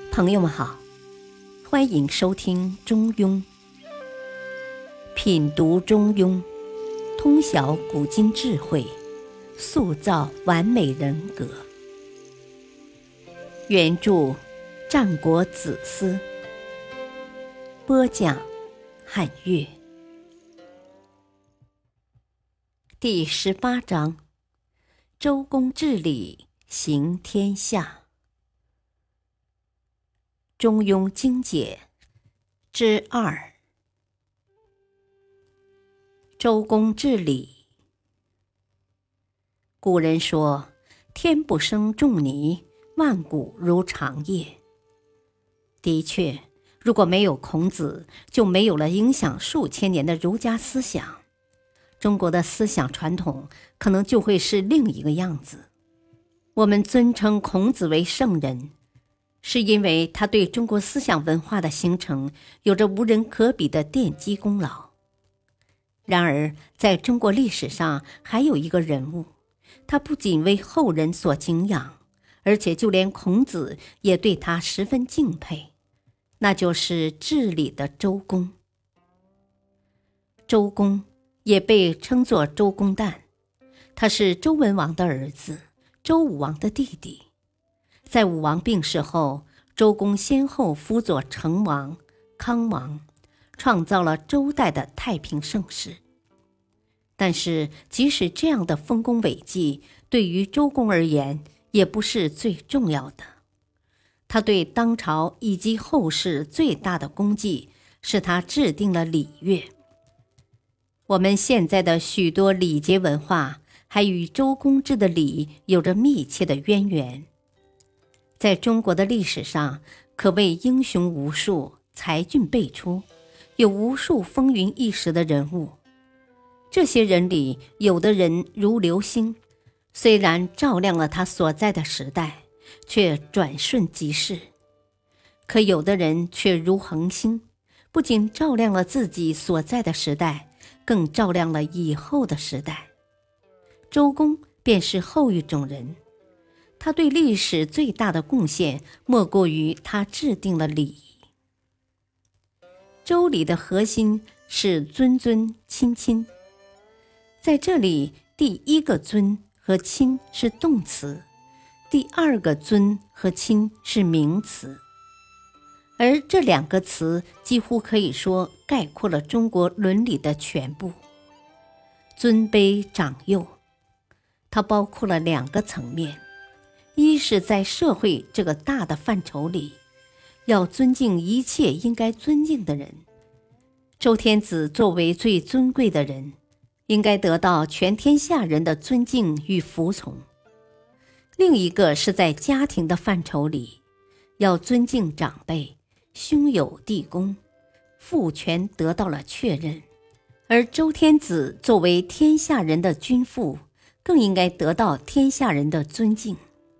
朋友们好，欢迎收听中庸，品读中庸，通晓古今智慧，塑造完美人格。原著战国子思，播讲汉乐。第18章，周公治理，行天下。中庸精解之2，周公治理。古人说，天不生仲尼，万古如长夜。的确，如果没有孔子，就没有了影响数千年的儒家思想，中国的思想传统可能就会是另一个样子。我们尊称孔子为圣人，是因为他对中国思想文化的形成有着无人可比的奠基功劳。然而，在中国历史上还有一个人物，他不仅为后人所敬仰，而且就连孔子也对他十分敬佩，那就是治理的周公。周公也被称作周公旦，他是周文王的儿子，周武王的弟弟。在武王病逝后，周公先后辅佐成王、康王，创造了周代的太平盛世。但是，即使这样的丰功伟绩，对于周公而言，也不是最重要的。他对当朝以及后世最大的功绩，是他制定了礼乐。我们现在的许多礼节文化，还与周公制的礼有着密切的渊源。在中国的历史上，可谓英雄无数，才俊辈出，有无数风云一时的人物。这些人里，有的人如流星，虽然照亮了他所在的时代，却转瞬即逝；可有的人却如恒星，不仅照亮了自己所在的时代，更照亮了以后的时代。周公便是后一种人。他对历史最大的贡献，莫过于他制定了礼仪。周礼的核心是尊尊亲亲，在这里，第一个尊和亲是动词，第二个尊和亲是名词，而这两个词几乎可以说概括了中国伦理的全部。尊卑长幼，它包括了两个层面。一是在社会这个大的范畴里，要尊敬一切应该尊敬的人。周天子作为最尊贵的人，应该得到全天下人的尊敬与服从。另一个是在家庭的范畴里，要尊敬长辈，兄友弟恭，父权得到了确认。而周天子作为天下人的君父，更应该得到天下人的尊敬。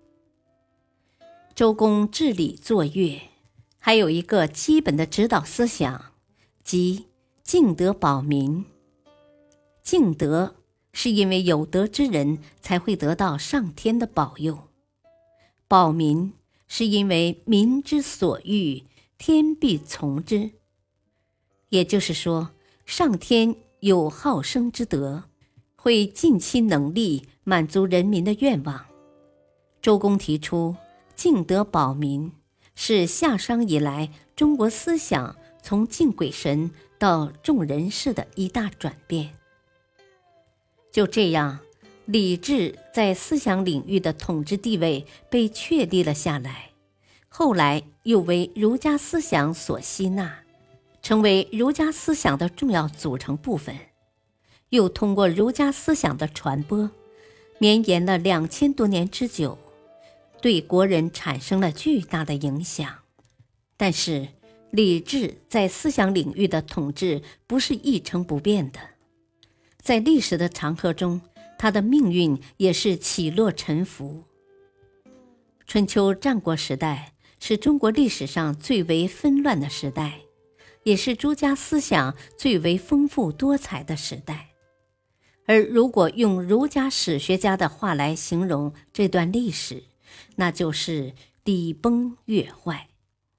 周公治理作乐，还有一个基本的指导思想，即敬德保民。敬德是因为有德之人才会得到上天的保佑，保民是因为民之所欲，天必从之。也就是说，上天有好生之德，会尽其能力满足人民的愿望。周公提出敬德保民，是夏商以来中国思想从敬鬼神到重人事的一大转变。就这样，礼制在思想领域的统治地位被确立了下来，后来又为儒家思想所吸纳，成为儒家思想的重要组成部分，又通过儒家思想的传播，绵延了2000多年之久，对国人产生了巨大的影响。但是，礼制在思想领域的统治不是一成不变的，在历史的长河中，它的命运也是起落沉浮。春秋战国时代是中国历史上最为纷乱的时代，也是儒家思想最为丰富多彩的时代。而如果用儒家史学家的话来形容这段历史，那就是礼崩乐坏。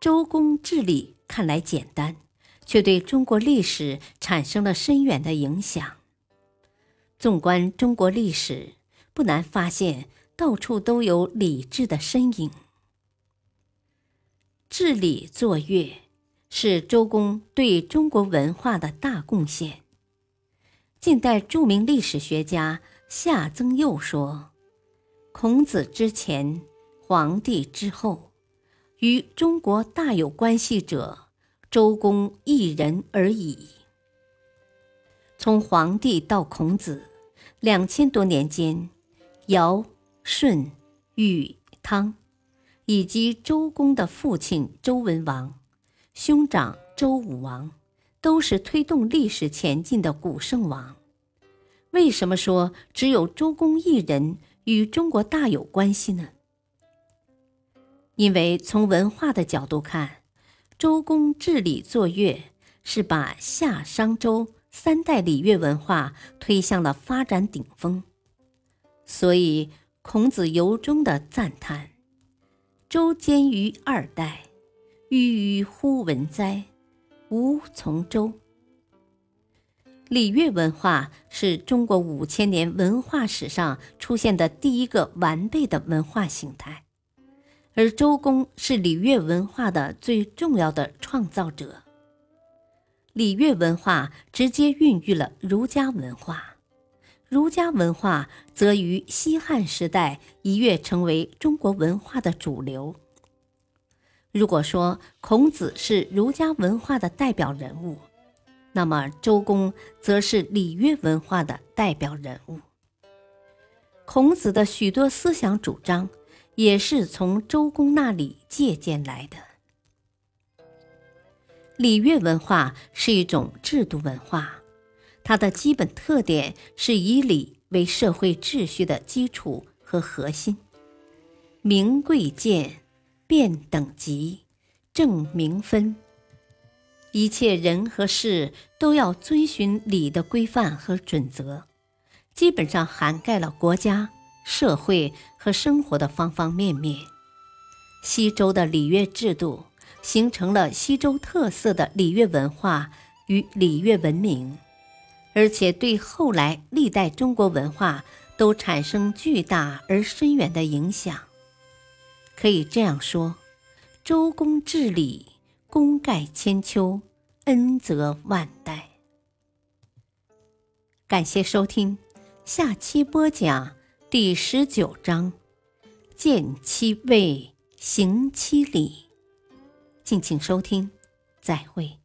周公治理看来简单，却对中国历史产生了深远的影响。纵观中国历史，不难发现到处都有礼制的身影。治理作乐是周公对中国文化的大贡献。近代著名历史学家夏曾佑说，孔子之前，黄帝之后，与中国大有关系者，周公一人而已。从黄帝到孔子2000多年间，尧、舜、禹、汤，以及周公的父亲周文王、兄长周武王，都是推动历史前进的古圣王。为什么说只有周公一人与中国大有关系呢？因为从文化的角度看，周公治理作乐是把夏商周3代礼乐文化推向了发展顶峰。所以孔子由衷地赞叹：周兼于2代，郁郁乎文哉，吾从周。礼乐文化是中国5000年文化史上出现的第一个完备的文化形态，而周公是礼乐文化的最重要的创造者。礼乐文化直接孕育了儒家文化，儒家文化则于西汉时代一跃成为中国文化的主流。如果说孔子是儒家文化的代表人物，那么周公则是礼乐文化的代表人物。孔子的许多思想主张也是从周公那里借鉴来的。礼乐文化是一种制度文化，它的基本特点是以礼为社会秩序的基础和核心。明贵贱，辨等级，正名分，一切人和事都要遵循礼的规范和准则，基本上涵盖了国家、社会和生活的方方面面。西周的礼乐制度形成了西周特色的礼乐文化与礼乐文明，而且对后来历代中国文化都产生巨大而深远的影响。可以这样说，周公治理，功盖千秋，恩泽万代。感谢收听，下期播讲第19章，见其位，行其礼。敬请收听，再会。